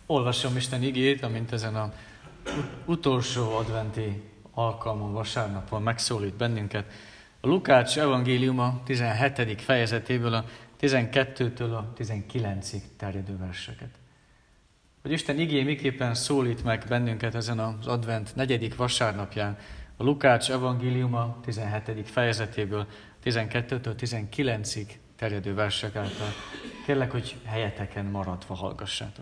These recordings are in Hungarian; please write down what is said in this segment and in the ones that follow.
Olvasom Isten igét, amint ezen az utolsó adventi alkalmon, vasárnapon megszólít bennünket. A Lukács evangéliuma 17. fejezetéből a 12-től a 19-ig terjedő verseket. Hogy Isten igé miképpen szólít meg bennünket ezen az advent 4. vasárnapján, a Lukács evangéliuma 17. fejezetéből 12-től 19-ig terjedő versek által. Kérlek, hogy helyeteken maradva hallgassátok.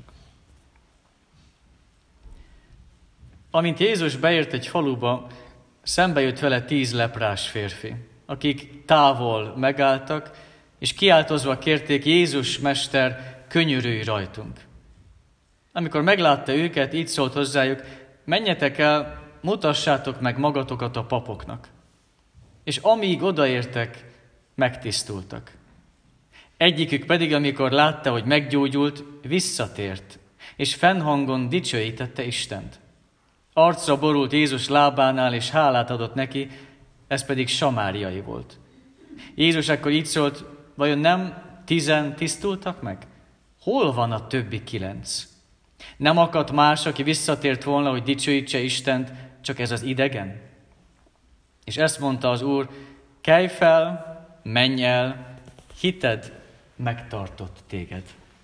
Amint Jézus beért egy faluba, szembe jött vele 10 leprás férfi, akik távol megálltak, és kiáltozva kérték: Jézus, Mester, könyörülj rajtunk. Amikor meglátta őket, így szólt hozzájuk: menjetek el, mutassátok meg magatokat a papoknak. És amíg odaértek, megtisztultak. Egyikük pedig, amikor látta, hogy meggyógyult, visszatért, és fennhangon dicsőítette Istent. Arcra borult Jézus lábánál, és hálát adott neki, ez pedig samáriai volt. Jézus akkor így szólt: vajon nem 10 tisztultak meg? Hol van a többi 9? Nem akadt más, aki visszatért volna, hogy dicsőítse Istent, csak ez az idegen? És ezt mondta az Úr: kelj fel, menj el, hited megtartott téged.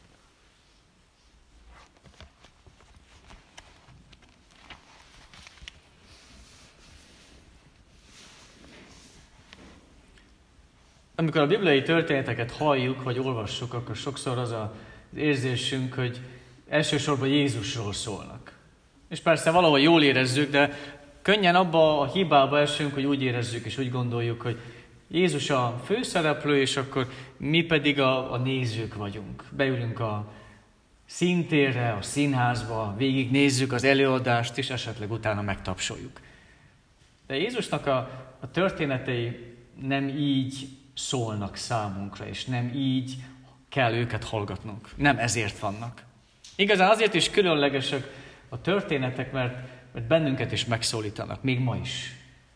Amikor a bibliai történeteket halljuk, vagy olvassuk, akkor sokszor az az érzésünk, hogy elsősorban Jézusról szólnak. És persze valahol jól érezzük, de könnyen abba a hibába esünk, hogy úgy érezzük és úgy gondoljuk, hogy Jézus a főszereplő, és akkor mi pedig a nézők vagyunk. Beülünk a színtérre, a színházba, végignézzük az előadást, és esetleg utána megtapsoljuk. De Jézusnak a történetei nem így szólnak számunkra, és nem így kell őket hallgatnunk. Nem ezért vannak. Igazán azért is különlegesek a történetek, mert bennünket is megszólítanak, még ma is.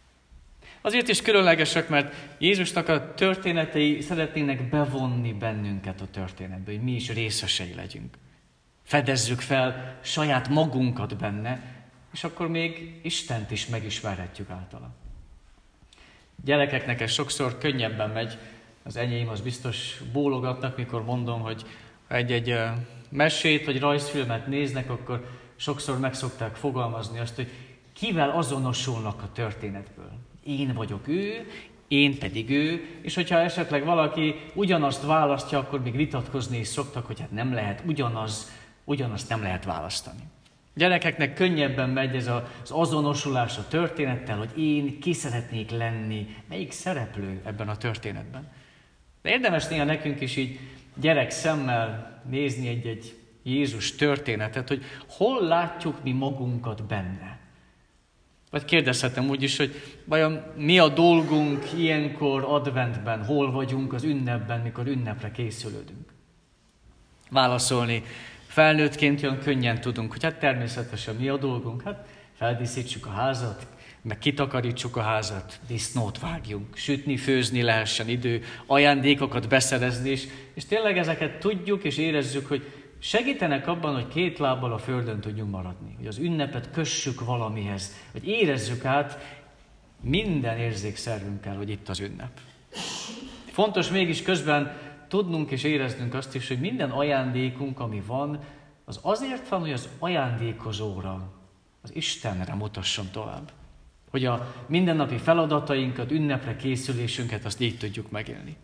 Azért is különlegesek, mert Jézusnak a történetei szeretnének bevonni bennünket a történetbe, hogy mi is részesei legyünk. Fedezzük fel saját magunkat benne, és akkor még Istent is megismerhetjük általa. Gyerekeknek ez sokszor könnyebben megy, az enyém az biztos bólogatnak, mikor mondom, hogy ha egy mesét vagy rajzfilmet néznek, akkor sokszor meg szokták fogalmazni azt, hogy kivel azonosulnak a történetből. Én vagyok ő, én pedig ő, és hogyha esetleg valaki ugyanazt választja, akkor még vitatkozni is szoktak, hogy hát nem lehet ugyanazt nem lehet választani. Gyerekeknek könnyebben megy ez az azonosulás a történettel, hogy én ki szeretnék lenni, melyik szereplő ebben a történetben. De érdemes néha nekünk is így gyerek szemmel nézni egy Jézus történetet, hogy hol látjuk mi magunkat benne. Vagy kérdezhetem úgy is, hogy vajon mi a dolgunk ilyenkor adventben, hol vagyunk az ünnepben, mikor ünnepre készülődünk. Válaszolni felnőttként olyan könnyen tudunk, hogy hát természetesen mi a dolgunk, hát feldíszítsük a házat, meg kitakarítsuk a házat, disznót vágjunk, sütni, főzni lehessen idő, ajándékokat beszerezni, és tényleg ezeket tudjuk és érezzük, hogy segítenek abban, hogy 2 lábbal a földön tudjunk maradni, hogy az ünnepet kössük valamihez, hogy érezzük át minden érzékszervünkkel, hogy itt az ünnep. Fontos mégis közben tudnunk és éreznünk azt is, hogy minden ajándékunk, ami van, az azért van, hogy az ajándékozóra, az Istenre mutasson tovább. Hogy a mindennapi feladatainkat, ünnepre készülésünket azt így tudjuk megélni.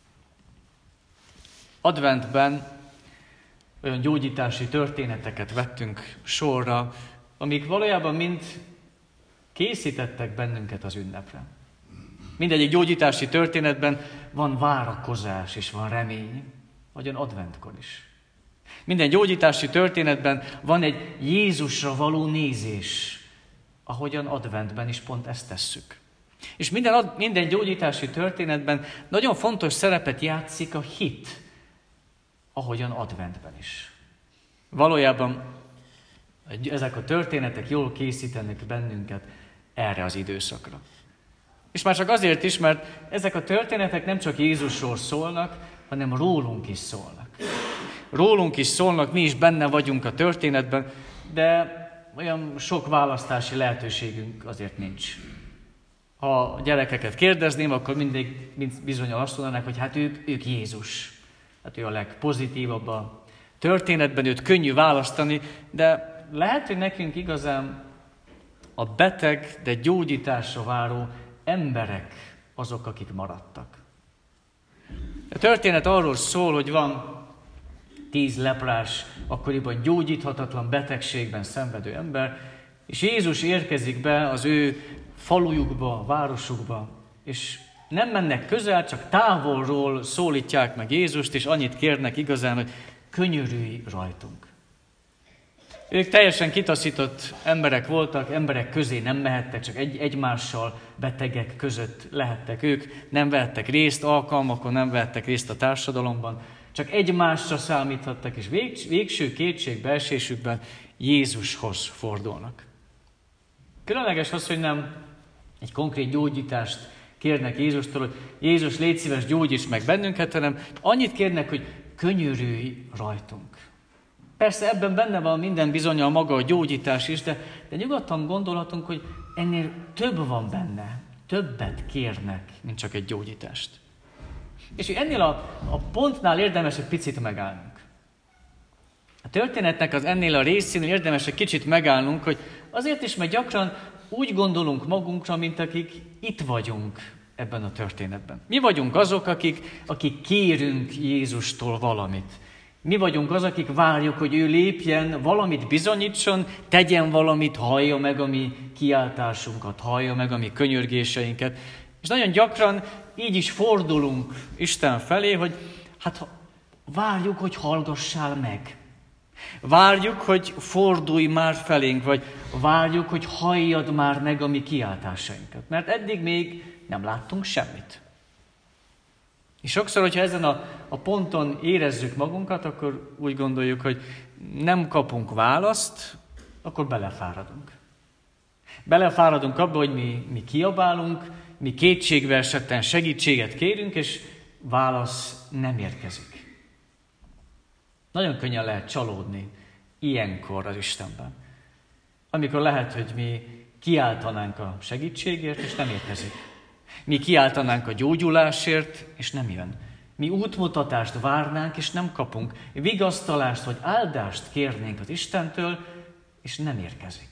Adventben olyan gyógyítási történeteket vettünk sorra, amik valójában mind készítettek bennünket az ünnepre. Mindegyik gyógyítási történetben van várakozás és van remény, ahogyan adventkor is. Minden gyógyítási történetben van egy Jézusra való nézés, ahogyan adventben is pont ezt tesszük. És minden gyógyítási történetben nagyon fontos szerepet játszik a hit, ahogyan adventben is. Valójában ezek a történetek jól készítenek bennünket erre az időszakra. És már csak azért is, mert ezek a történetek nem csak Jézusról szólnak, hanem rólunk is szólnak. rólunk is szólnak, mi is benne vagyunk a történetben, de olyan sok választási lehetőségünk azért nincs. Ha a gyerekeket kérdezném, akkor mindig bizonnyal azt mondanák, hogy hát ők Jézus. Hát ő a legpozitívabb a történetben, őt könnyű választani, de lehet, hogy nekünk igazán a beteg, de gyógyításra váró emberek azok, akik maradtak. A történet arról szól, hogy van 10 leprás, akkoriban gyógyíthatatlan betegségben szenvedő ember, és Jézus érkezik be az ő falujukba, a városukba, és nem mennek közel, csak távolról szólítják meg Jézust, és annyit kérnek igazán, hogy könyörülj rajtunk. Ők teljesen kitaszított emberek voltak, emberek közé nem mehettek, csak egymással betegek között lehettek. Ők nem vehettek részt alkalmakon, nem vehettek részt a társadalomban, csak egymásra számíthattak, és végső kétségbeesésükben Jézushoz fordulnak. Különleges az, hogy nem egy konkrét gyógyítást kérnek Jézustól, hogy Jézus, légy szíves, gyógyíts meg bennünket, hanem annyit kérnek, hogy könyörülj rajtunk. Persze ebben benne van minden bizonnyal maga a gyógyítás is, de nyugodtan gondolhatunk, hogy ennél több van benne, többet kérnek, mint csak egy gyógyítást. És ennél a pontnál érdemes egy picit megállnunk. A történetnek az ennél a részénél érdemes egy kicsit megállnunk, hogy azért is, mert gyakran úgy gondolunk magunkra, mint akik itt vagyunk ebben a történetben. Mi vagyunk azok, akik kérünk Jézustól valamit. Mi vagyunk az, akik várjuk, hogy ő lépjen, valamit bizonyítson, tegyen valamit, hallja meg a mi kiáltásunkat, hallja meg a mi könyörgéseinket. És nagyon gyakran így is fordulunk Isten felé, hogy hát várjuk, hogy hallgassál meg. Várjuk, hogy fordulj már felénk, vagy várjuk, hogy halljad már meg a mi kiáltásainkat. Mert eddig még nem láttunk semmit. És sokszor, hogyha ezen a ponton érezzük magunkat, akkor úgy gondoljuk, hogy nem kapunk választ, akkor belefáradunk. Belefáradunk abba, hogy mi kiabálunk, mi kétségbe esetten segítséget kérünk, és válasz nem érkezik. Nagyon könnyen lehet csalódni ilyenkor az Istenben. Amikor lehet, hogy mi kiáltanánk a segítségért, és nem érkezik. Mi kiáltanánk a gyógyulásért, és nem jön. Mi útmutatást várnánk, és nem kapunk. Vigasztalást vagy áldást kérnénk az Istentől, és nem érkezik.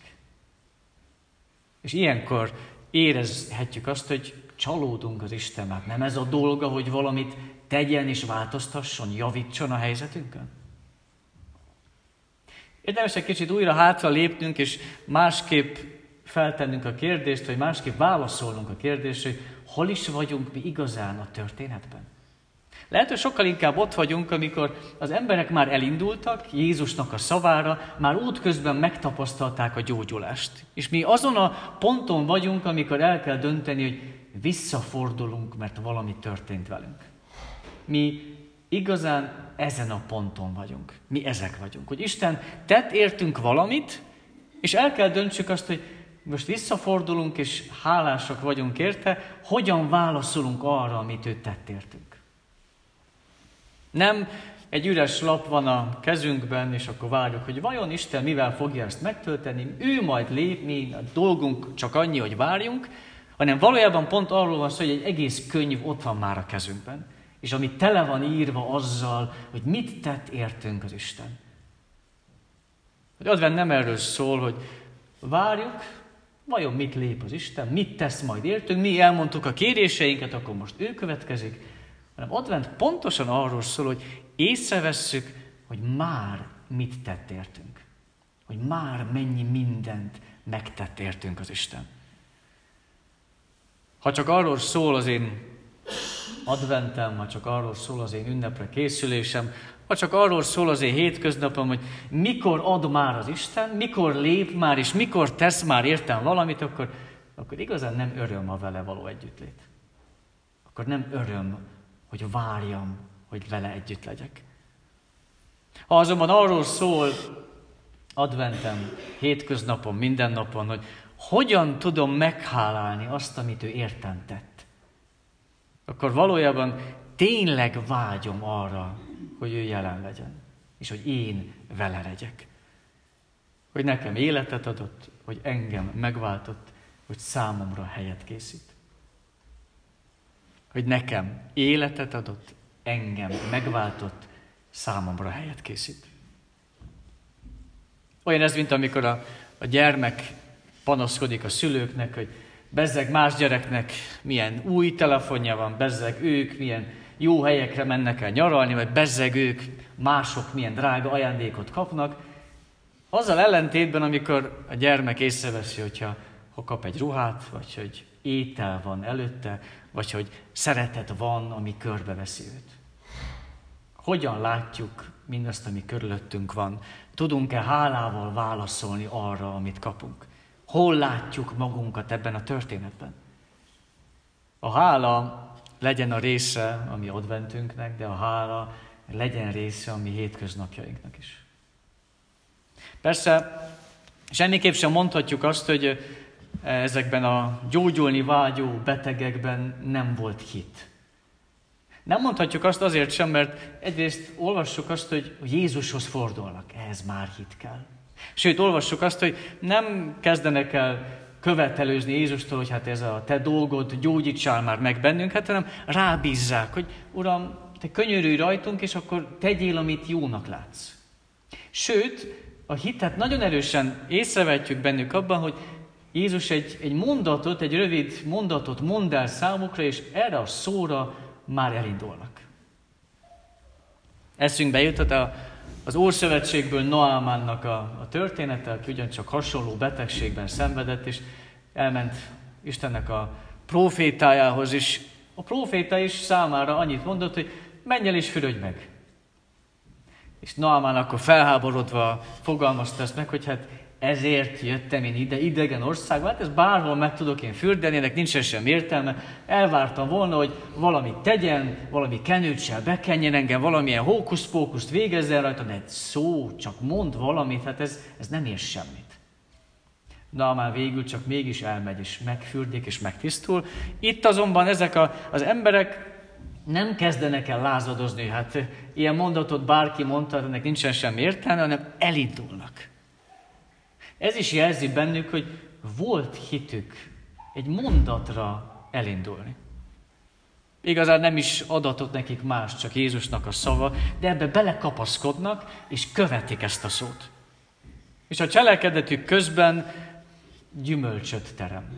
És ilyenkor érezhetjük azt, hogy csalódunk az Istennek. Nem ez a dolga, hogy valamit tegyen és változtasson, javítson a helyzetünkön? Érdemes egy kicsit újra hátra lépnünk, és másképp feltennünk a kérdést, vagy másképp válaszolnunk a kérdésre, hogy hol is vagyunk mi igazán a történetben. Lehet, hogy sokkal inkább ott vagyunk, amikor az emberek már elindultak Jézusnak a szavára, már útközben megtapasztalták a gyógyulást. És mi azon a ponton vagyunk, amikor el kell dönteni, hogy visszafordulunk, mert valami történt velünk. Mi igazán ezen a ponton vagyunk. Mi ezek vagyunk. Hogy Isten tett értünk valamit, és el kell döntsük azt, hogy most visszafordulunk, és hálásak vagyunk érte, hogyan válaszolunk arra, amit ő tett értünk. Nem egy üres lap van a kezünkben, és akkor várjuk, hogy vajon Isten mivel fogja ezt megtölteni, ő majd lépni, a dolgunk csak annyi, hogy várjunk, hanem valójában pont arról van szó, hogy egy egész könyv ott van már a kezünkben, és ami tele van írva azzal, hogy mit tett értünk az Isten. Hogy advent nem erről szól, hogy várjuk, vajon mit lép az Isten, mit tesz majd értünk, mi elmondtuk a kéréseinket, akkor most ő következik, hanem advent pontosan arról szól, hogy észrevesszük, hogy már mit tett értünk. Hogy már mennyi mindent megtett értünk az Isten. Ha csak arról szól az én adventem, ha csak arról szól az én ünnepre készülésem, ha csak arról szól az én hétköznapom, hogy mikor ad már az Isten, mikor lép már, és mikor tesz már értem valamit, akkor igazán nem öröm a vele való együttlét. Akkor nem öröm, hogy várjam, hogy vele együtt legyek. Ha azonban arról szól adventem, hétköznapon, minden napon, hogy hogyan tudom meghálálni azt, amit ő értem tett, akkor valójában tényleg vágyom arra, hogy ő jelen legyen. és hogy én vele legyek. Hogy nekem életet adott, hogy engem megváltott, hogy számomra helyet készít. Hogy nekem életet adott, engem megváltott, számomra helyet készít. Olyan ez, mint amikor a gyermek panaszkodik a szülőknek, hogy bezzeg más gyereknek milyen új telefonja van, bezzeg ők milyen jó helyekre mennek el nyaralni, vagy bezzeg ők mások milyen drága ajándékot kapnak. Azzal ellentétben, amikor a gyermek észreveszi, hogyha kap egy ruhát, vagy hogy étel van előtte, vagy hogy szeretet van, ami körbeveszi őt. Hogyan látjuk mindazt, ami körülöttünk van? Tudunk-e hálával válaszolni arra, amit kapunk? Hol látjuk magunkat ebben a történetben? A hála legyen a része a mi adventünknek, de a hála legyen része a mi hétköznapjainknak is. Persze, semmiképp sem mondhatjuk azt, hogy ezekben a gyógyulni vágyó betegekben nem volt hit. Nem mondhatjuk azt azért sem, mert egyrészt olvassuk azt, hogy Jézushoz fordulnak, ehhez már hit kell. Sőt, olvassuk azt, hogy nem kezdenek el követelőzni Jézustól, hogy hát ez a te dolgod, gyógyítsál már meg bennünket, hanem rábízzák, hogy Uram, te könyörülj rajtunk, és akkor tegyél, amit jónak látsz. Sőt, a hitet nagyon erősen észrevetjük bennük abban, hogy Jézus egy mondatot, egy rövid mondatot mond el számukra, és erre a szóra már elindulnak. Eszünkbe jutott az Ószövetségből Naamánnak a története, aki ugyancsak hasonló betegségben szenvedett, és elment Istennek a prófétájához, és a próféta is számára annyit mondott, hogy menj el és fürödj meg. És Naamán akkor felháborodva fogalmazta ezt meg, hogy hát ezért jöttem én ide, idegen országba, hát ez bárhol meg tudok én fürdeni, ennek nincsen sem értelme. Elvártam volna, hogy valamit tegyen, valami kenőccsel bekenjen engem, valamilyen hókusz-pókuszt végezzen rajta, de egy szó, csak mond valamit, hát ez nem ér semmit. Naamán végül csak mégis elmegy, és megfürdik, és megtisztul. Itt azonban ezek az emberek nem kezdenek el lázadozni, hát ilyen mondatot bárki mondta, ennek nincsen semmi értelme, hanem elindulnak. Ez is jelzi bennük, hogy volt hitük egy mondatra elindulni. Igazán nem is adatott nekik más, csak Jézusnak a szava, de ebbe belekapaszkodnak, és követik ezt a szót. És a cselekedetük közben gyümölcsöt terem.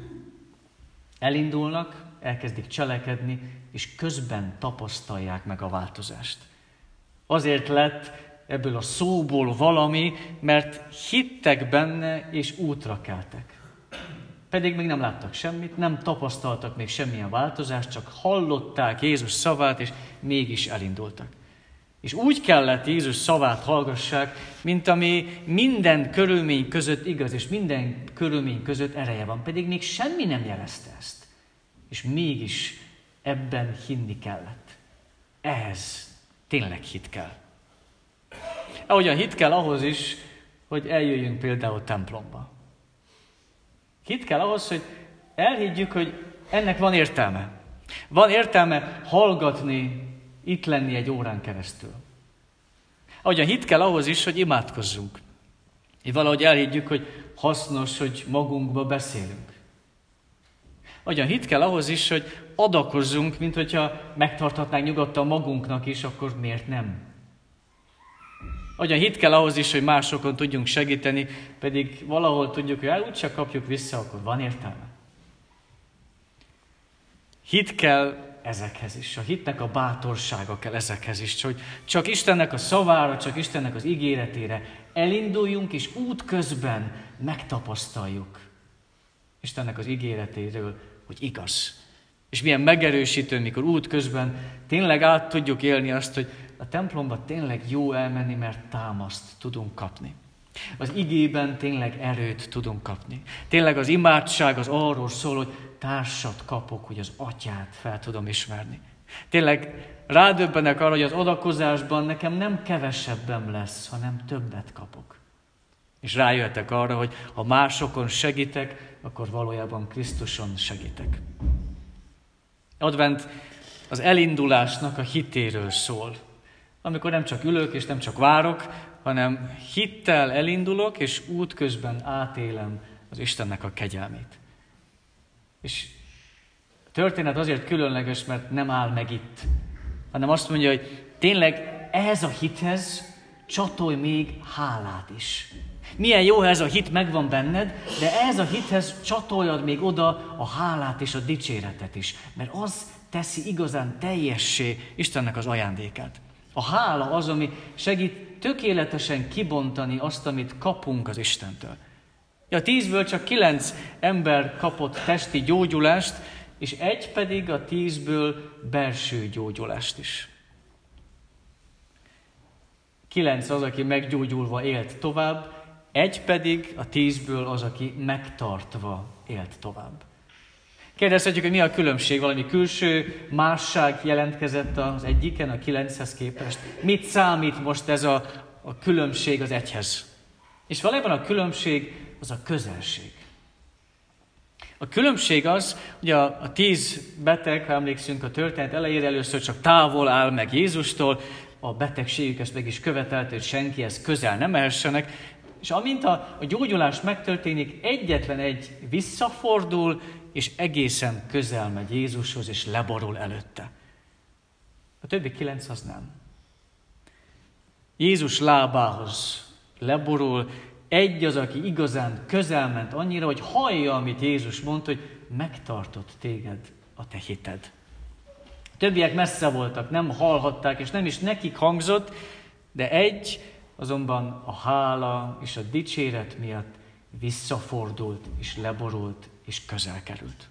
Elindulnak, elkezdik cselekedni, és közben tapasztalják meg a változást. Azért lett ebből a szóból valami, mert hittek benne, és útra keltek. Pedig még nem láttak semmit, nem tapasztaltak még semmilyen változást, csak hallották Jézus szavát, és mégis elindultak. És úgy kellett Jézus szavát hallgassák, mint ami minden körülmény között igaz, és minden körülmény között ereje van. Pedig még semmi nem jelezte ezt. És mégis ebben hinni kellett. Ehhez tényleg hit kell. Ahogyan hit kell ahhoz is, hogy eljöjjünk például templomba. Hit kell ahhoz, hogy elhiggyük, hogy ennek van értelme. Van értelme hallgatni, itt lenni egy órán keresztül. Ahogyan hit kell ahhoz is, hogy imádkozzunk. Így valahogy elhiggyük, hogy hasznos, hogy magunkba beszélünk. Ahogyan hit kell ahhoz is, hogy adakozzunk, mint hogyha megtarthatnánk nyugodtan magunknak is, akkor miért nem? Ahogyan hit kell ahhoz is, hogy másokon tudjunk segíteni, pedig valahol tudjuk, hogy úgyse kapjuk vissza, akkor van értelme. Hit kell ezekhez is. A hitnek a bátorsága kell ezekhez is. Hogy csak Istennek a szavára, csak Istennek az ígéretére elinduljunk, és útközben megtapasztaljuk Istennek az ígéretéről, hogy igaz. És milyen megerősítő, mikor útközben tényleg át tudjuk élni azt, hogy a templomba tényleg jó elmenni, mert támaszt tudunk kapni. Az igében tényleg erőt tudunk kapni. Tényleg az imádság az arról szól, hogy társat kapok, hogy az Atyát fel tudom ismerni. Tényleg rádöbbenek arra, hogy az adakozásban nekem nem kevesebbem lesz, hanem többet kapok. És rájöttek arra, hogy ha másokon segítek, akkor valójában Krisztuson segítek. Advent az elindulásnak a hitéről szól. Amikor nem csak ülök és nem csak várok, hanem hittel elindulok, és útközben átélem az Istennek a kegyelmét. És a történet azért különleges, mert nem áll meg itt, hanem azt mondja, hogy tényleg ehhez a hithez csatolj még hálát is. Milyen jó, ha ez a hit megvan benned, de ehhez a hithez csatoljad még oda a hálát és a dicséretet is, mert az teszi igazán teljessé Istennek az ajándékát. A hála az, ami segít tökéletesen kibontani azt, amit kapunk az Istentől. A 10-ből csak 9 ember kapott testi gyógyulást, és egy pedig a 10-ből belső gyógyulást is. 9 az, aki meggyógyulva élt tovább, egy pedig a 10-ből az, aki megtartva élt tovább. Kérdezhetjük, hogy mi a különbség, valami külső másság jelentkezett az egyiken, a 9-hez képest. Mit számít most ez a különbség az egyhez? És valójában a különbség az a közelség. A különbség az, hogy a 10 beteg, ha emlékszünk a történet elejére, először csak távol áll meg Jézustól, a betegségük ezt meg is követelte, hogy senkihez közel nem ehessenek, és amint a gyógyulás megtörténik, egyetlen egy visszafordul, és egészen közel megy Jézushoz, és leborul előtte. A többi 9 az nem. Jézus lábához leborul, egy az, aki igazán közel ment annyira, hogy hallja, amit Jézus mondta, hogy megtartott téged a te hited. A többiek messze voltak, nem hallhatták, és nem is nekik hangzott, de egy azonban a hála és a dicséret miatt visszafordult, és leborult, és közel került.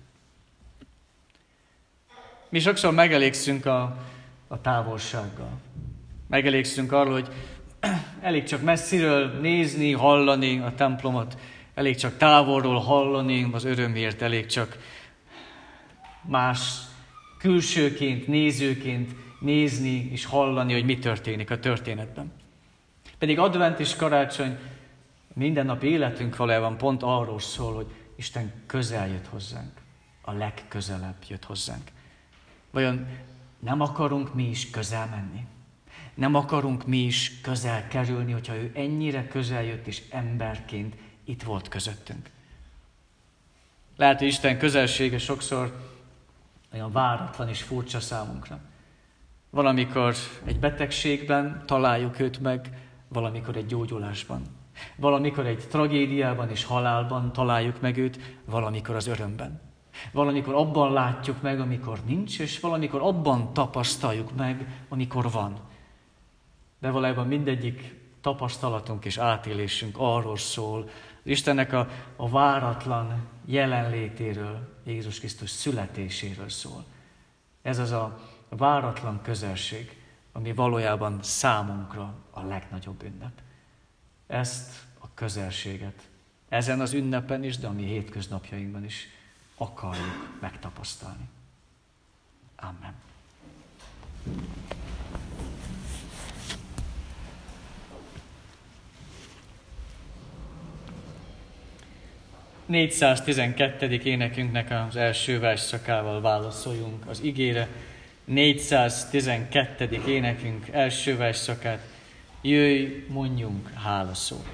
Mi sokszor megelégszünk a távolsággal. Megelégszünk arról, hogy elég csak messziről nézni, hallani a templomot, elég csak távolról hallani az örömért, elég csak más külsőként, nézőként nézni és hallani, hogy mi történik a történetben. Pedig advent és karácsony, mindennapi életünk valójában pont arról szól, hogy Isten közel jött hozzánk, a legközelebb jött hozzánk. Vajon nem akarunk mi is közel menni? Nem akarunk mi is közel kerülni, hogyha ő ennyire közel jött, és emberként itt volt közöttünk? Lehet, hogy Isten közelsége sokszor olyan váratlan és furcsa számunkra. Valamikor egy betegségben találjuk őt meg, valamikor egy gyógyulásban. Valamikor egy tragédiában és halálban találjuk meg őt, valamikor az örömben. Valamikor abban látjuk meg, amikor nincs, és valamikor abban tapasztaljuk meg, amikor van. De valójában mindegyik tapasztalatunk és átélésünk arról szól, Istennek a váratlan jelenlétéről, Jézus Krisztus születéséről szól. Ez az a váratlan közelség, ami valójában számunkra a legnagyobb ünnep. Ezt a közelséget ezen az ünnepen is, de a mi hétköznapjainkban is akarjuk megtapasztalni. Amen. 412. énekünknek az első versszakával válaszoljunk az igére. 412. énekünk első versszakát. Jöjj, mondjunk hálaszót.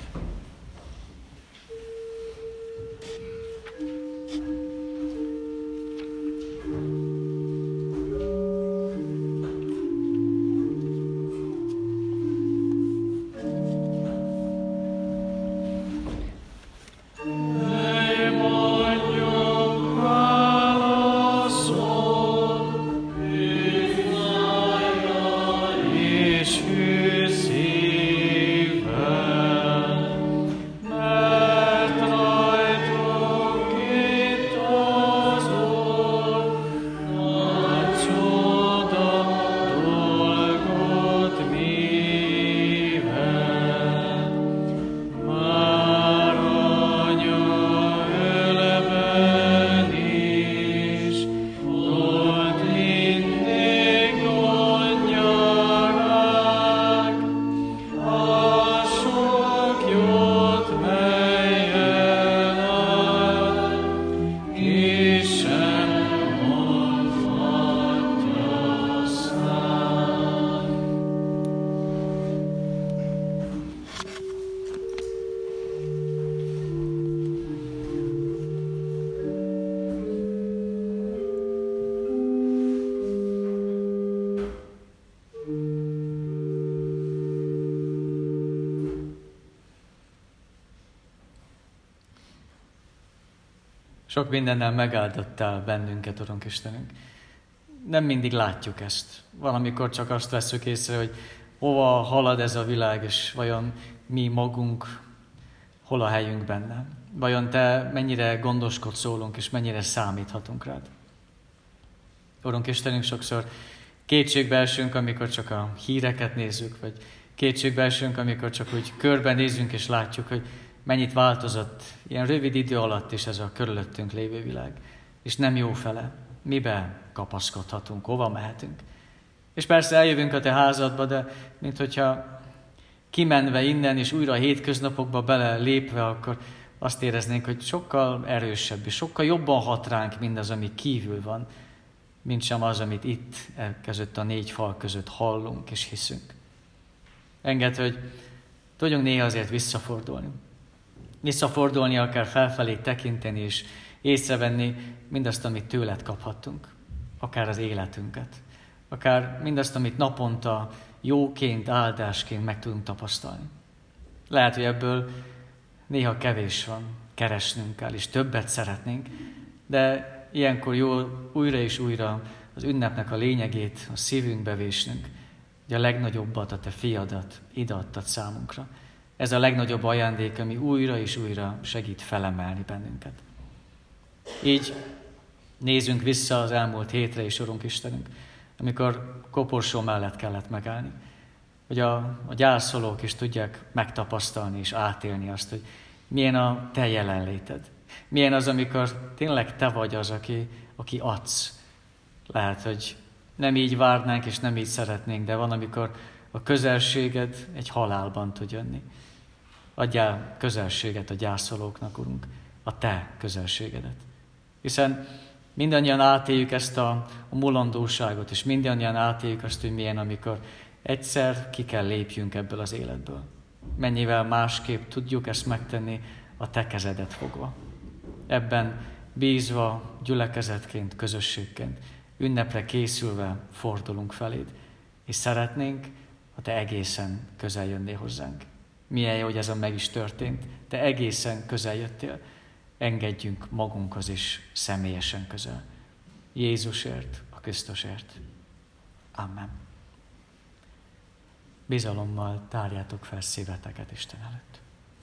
És ő szívvel Sok mindennel megáldottál bennünket, Urunk Istenünk. Nem mindig látjuk ezt. Valamikor csak azt vesszük észre, hogy hova halad ez a világ, és vajon mi magunk, hol a helyünk benne. Vajon Te mennyire gondoskodsz rólunk, és mennyire számíthatunk rád. Urunk Istenünk, sokszor kétségbe esünk, amikor csak a híreket nézzük, vagy kétségbe esünk, amikor csak úgy körbenézünk, és látjuk, hogy mennyit változott ilyen rövid idő alatt is ez a körülöttünk lévő világ. És nem jó fele. Mibe kapaszkodhatunk, hova mehetünk. És persze eljövünk a Te házadba, de minthogyha kimenve innen, és újra a hétköznapokba bele lépve, akkor azt éreznénk, hogy sokkal erősebb, és sokkal jobban hat ránk mindaz, ami kívül van, mint sem az, amit itt, között a 4 fal között hallunk és hiszünk. Engedd, hogy tudjunk néha azért visszafordulni. Visszafordulni, akár felfelé tekinteni, és észrevenni mindazt, amit tőled kaphattunk. Akár az életünket. Akár mindazt, amit naponta jóként, áldásként meg tudunk tapasztalni. Lehet, hogy ebből néha kevés van, keresnünk kell, és többet szeretnénk, de ilyenkor jó újra és újra az ünnepnek a lényegét a szívünkbe vésnünk, hogy a legnagyobbat, a Te fiadat ideadtad számunkra. Ez a legnagyobb ajándék, ami újra és újra segít felemelni bennünket. Így nézzünk vissza az elmúlt hétre is, Urunk Istenünk, amikor koporsó mellett kellett megállni, hogy a gyászolók is tudják megtapasztalni és átélni azt, hogy milyen a Te jelenléted. Milyen az, amikor tényleg Te vagy az, aki adsz. Lehet, hogy nem így várnánk és nem így szeretnénk, de van, amikor a közelséged egy halálban tud jönni. Adjál közelséget a gyászolóknak, Urunk, a Te közelségedet. Hiszen mindannyian átéljük ezt a mulandóságot, és mindannyian átéljük azt, hogy milyen, amikor egyszer ki kell lépjünk ebből az életből. Mennyivel másképp tudjuk ezt megtenni a Te kezedet fogva. Ebben bízva, gyülekezetként, közösségként, ünnepre készülve fordulunk feléd, és szeretnénk, ha Te egészen közel jönnél hozzánk. Milyen jó, hogy ez meg is történt. Te egészen közel jöttél. Engedjünk magunkhoz is személyesen közel. Jézusért, a Krisztusért. Amen. Bizalommal tárjátok fel szíveteket Isten előtt.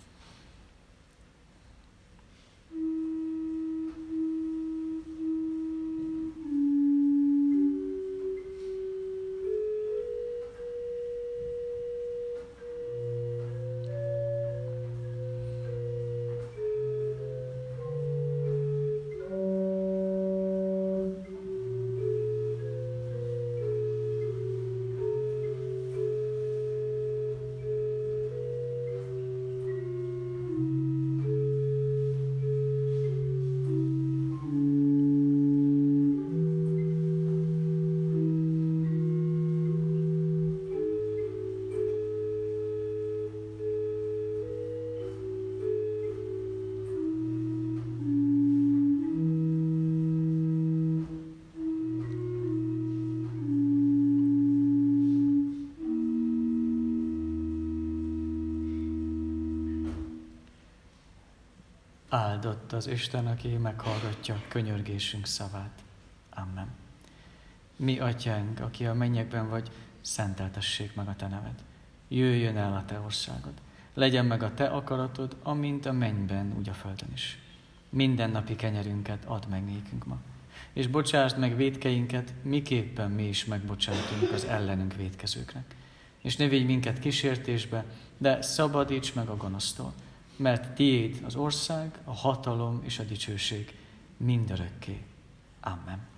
Áldott az Isten, aki meghallgatja könyörgésünk szavát. Amen. Mi, Atyánk, aki a mennyekben vagy, szenteltessék meg a Te neved. Jöjjön el a Te országod. Legyen meg a Te akaratod, amint a mennyben, úgy a földön is. Mindennapi kenyerünket add meg nékünk ma. És bocsásd meg vétkeinket, miképpen mi is megbocsátunk az ellenünk vétkezőknek. És ne vigy minket kísértésbe, de szabadíts meg a gonosztól. Mert tiéd az ország, a hatalom és a dicsőség mindörökké. Amen.